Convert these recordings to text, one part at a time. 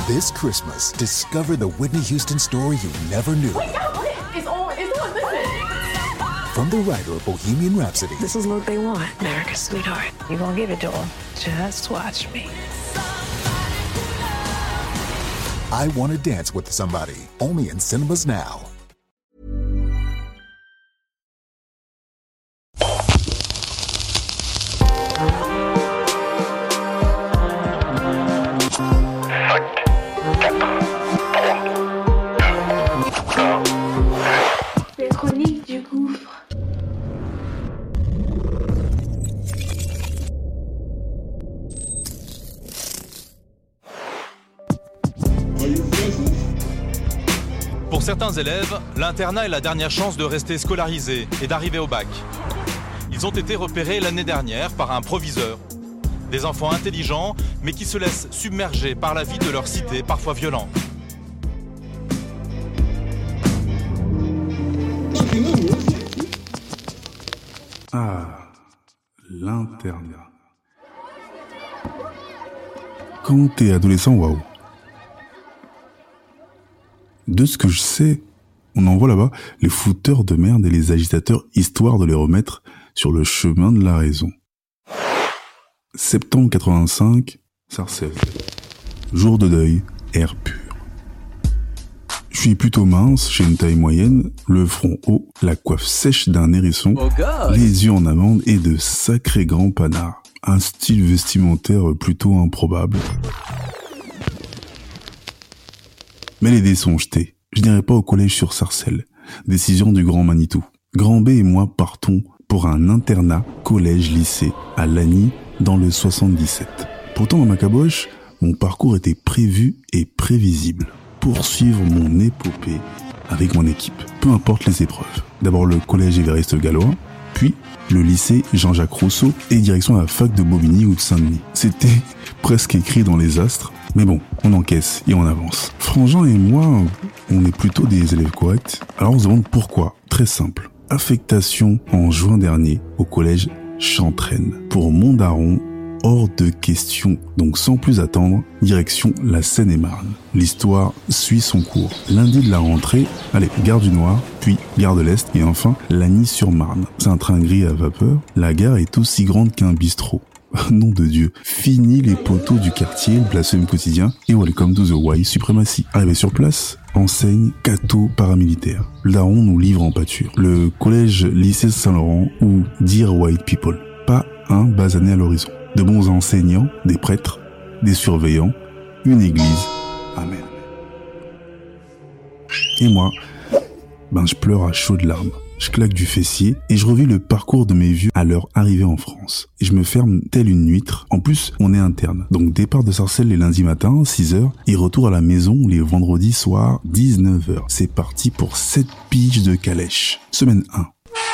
This Christmas, discover the Whitney Houston story you never knew. Wait, it's on, listen. From the writer of Bohemian Rhapsody. This is what they want, America's sweetheart. You're gonna give it to them. Just watch me. I Wanna Dance with Somebody, only in cinemas now. Les chroniques du gouffre. Pour certains élèves, l'internat est la dernière chance de rester scolarisés et d'arriver au bac. Ils ont été repérés l'année dernière par un proviseur. Des enfants intelligents, mais qui se laissent submerger par la vie de leur cité, parfois violente. Ah, l'internat. Quand t'es adolescent, waouh. De ce que je sais, on envoie là-bas les fouteurs de merde et les agitateurs histoire de les remettre sur le chemin de la raison. Septembre 85, Sarcelles. Jour de deuil, air pur. Je suis plutôt mince, j'ai une taille moyenne, le front haut, la coiffe sèche d'un hérisson, les yeux en amande et de sacrés grands panards. Un style vestimentaire plutôt improbable. Mais les dés sont jetés. Je n'irai pas au collège sur Sarcelles. Décision du grand Manitou. Grand B et moi partons pour un internat collège-lycée à Lagny dans le 77. Pourtant dans ma caboche, mon parcours était prévu et prévisible. Poursuivre mon épopée avec mon équipe, peu importe les épreuves. D'abord le collège Évariste Galois, puis le lycée Jean-Jacques Rousseau et direction la fac de Bobigny ou de Saint-Denis. C'était presque écrit dans les astres, mais bon, on encaisse et on avance. Frangin et moi, on est plutôt des élèves corrects, alors on se demande pourquoi. Très simple. Affectation en juin dernier au collège Chantraine. Pour mon daron, hors de question. Donc sans plus attendre, direction la Seine-et-Marne. L'histoire suit son cours. Lundi de la rentrée, allez, gare du Nord, puis gare de l'Est et enfin Lagny-sur-Marne. C'est un train gris à vapeur. La gare est aussi grande qu'un bistrot. Nom de Dieu. Fini les poteaux du quartier, le blasphème quotidien et welcome to the white supremacy. Arrivé sur place, enseigne Cato paramilitaire. Le daron nous livre en pâture. Le collège lycée Saint-Laurent ou Dear White People. Pas un basané à l'horizon. De bons enseignants, des prêtres, des surveillants, une église. Amen. Et moi, je pleure à chaudes larmes. Je claque du fessier et je revis le parcours de mes vieux à leur arrivée en France. Et je me ferme telle une huître. En plus, on est interne. Donc départ de Sarcelles les lundis matins, 6h, et retour à la maison les vendredis soirs, 19h. C'est parti pour 7 piges de calèche. Semaine 1.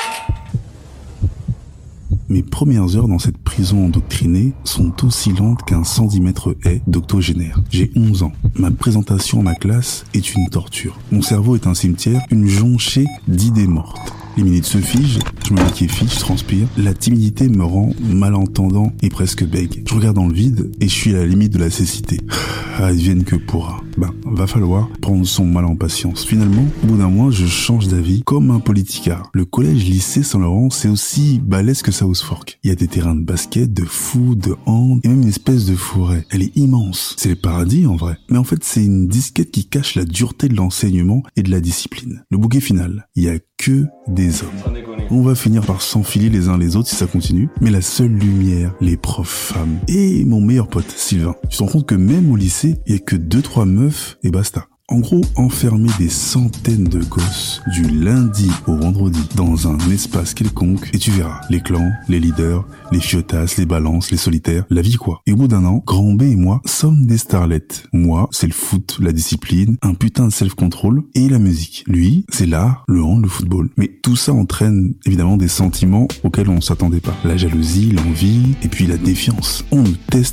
Mes premières heures dans cette prison endoctrinée sont aussi lentes qu'un centimètre haie d'octogénaire. J'ai 11 ans. Ma présentation à ma classe est une torture. Mon cerveau est un cimetière, une jonchée d'idées mortes. Les minutes se figent, je me liquéfie, je transpire. La timidité me rend malentendant et presque bègue. Je regarde dans le vide et je suis à la limite de la cécité. Advienne que pourra. Va falloir prendre son mal en patience. Finalement, au bout d'un mois, je change d'avis comme un politicard. Le collège lycée Saint-Laurent, c'est aussi balèze que South Fork. Il y a des terrains de basket, de foot, de hand et même une espèce de forêt. Elle est immense. C'est le paradis en vrai. Mais en fait, c'est une disquette qui cache la dureté de l'enseignement et de la discipline. Le bouquet final, il y a que des hommes. On va finir par s'enfiler les uns les autres si ça continue, mais la seule lumière, les profs femmes et mon meilleur pote Sylvain. Tu te rends compte que même au lycée, il y a que 2-3 meufs et basta. En gros, enfermer des centaines de gosses du lundi au vendredi dans un espace quelconque et tu verras les clans, les leaders, les fiotasses, les balances, les solitaires, la vie quoi. Et au bout d'un an, Grand B et moi sommes des starlettes. Moi, c'est le foot, la discipline, un putain de self-control et la musique. Lui, c'est l'art, le hand, le football. Mais tout ça entraîne évidemment des sentiments auxquels on s'attendait pas. La jalousie, l'envie et puis la défiance. On nous teste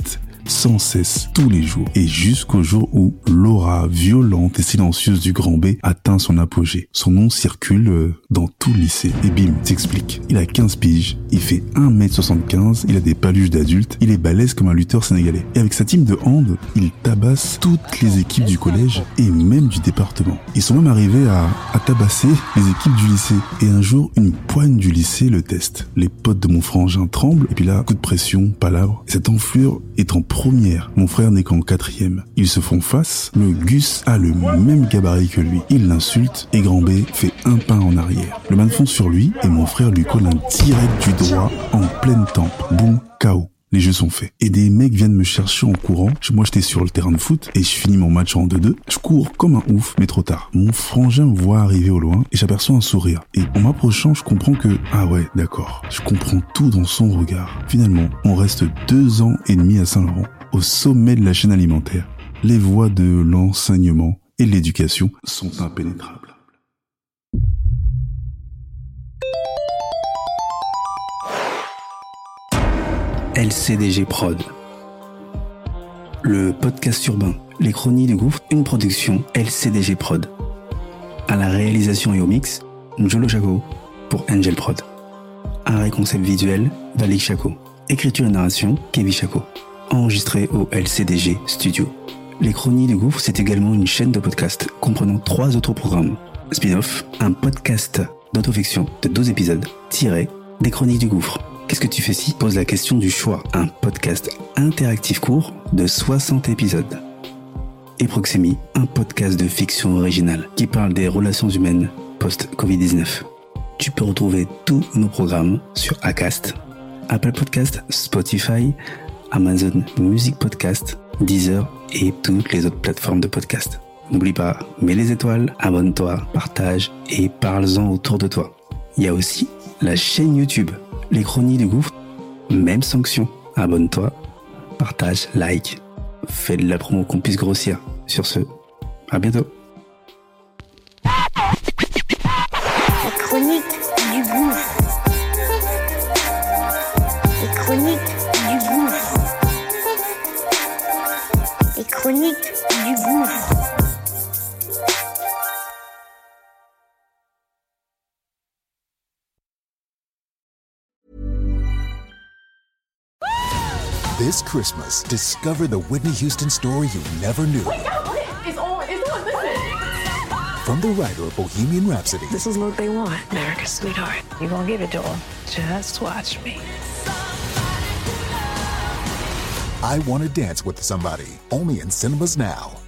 sans cesse, tous les jours, et jusqu'au jour où l'aura violente et silencieuse du grand B atteint son apogée. Son nom circule dans tout le lycée. Et bim, t'explique. Il a 15 piges, il fait 1m75, il a des paluches d'adulte, il est balèze comme un lutteur sénégalais. Et avec sa team de hand, il tabasse toutes les équipes du collège et même du département. Ils sont même arrivés à tabasser les équipes du lycée. Et un jour, une poigne du lycée le teste. Les potes de mon frangin tremblent, et puis là, coup de pression, palabre. Et cette enflure est en première. Mon frère n'est qu'en 4e. Ils se font face, le Gus a le même gabarit que lui. Il l'insulte, et Grand B fait un pas en arrière. Le man fonce sur lui, et mon frère lui colle un direct du droit en pleine tempe. Boum, KO. Les jeux sont faits. Et des mecs viennent me chercher en courant. Moi, j'étais sur le terrain de foot et je finis mon match en 2-2. Je cours comme un ouf, mais trop tard. Mon frangin me voit arriver au loin et j'aperçois un sourire. Et en m'approchant, je comprends que... Ah ouais, d'accord. Je comprends tout dans son regard. Finalement, on reste 2 ans et demi à Saint-Laurent, au sommet de la chaîne alimentaire. Les voies de l'enseignement et de l'éducation sont impénétrables. LCDG Prod. Le podcast urbain, les chroniques du gouffre, une production LCDG Prod. À la réalisation et au mix, Njolo Chaco pour Angel Prod. Un concept visuel, Valik Chaco. Écriture et narration, Kevin Chaco. Enregistré au LCDG Studio. Les chroniques du gouffre, c'est également une chaîne de podcast comprenant 3 autres programmes. Spin-off, un podcast d'autofiction de 12 épisodes, tiré des chroniques du gouffre. Qu'est-ce que tu fais si pose la question du choix, un podcast interactif court de 60 épisodes. Et Proxémie, un podcast de fiction originale qui parle des relations humaines post-Covid-19. Tu peux retrouver tous nos programmes sur Acast, Apple Podcast, Spotify, Amazon Music Podcast, Deezer et toutes les autres plateformes de podcast. N'oublie pas, mets les étoiles, abonne-toi, partage et parle-en autour de toi. Il y a aussi la chaîne YouTube. Les chroniques du gouffre, même sanction. Abonne-toi, partage, like. Fais de la promo qu'on puisse grossir. Sur ce, à bientôt. La chronique du gouffre. Les chroniques du gouffre. Les chroniques du gouffre. This Christmas, discover the Whitney Houston story you never knew. Wait, it's on, listen. From the writer of Bohemian Rhapsody. This is what they want. America's sweetheart. You gonna give it to them. Just watch me. I Want to Dance with Somebody. Only in cinemas now.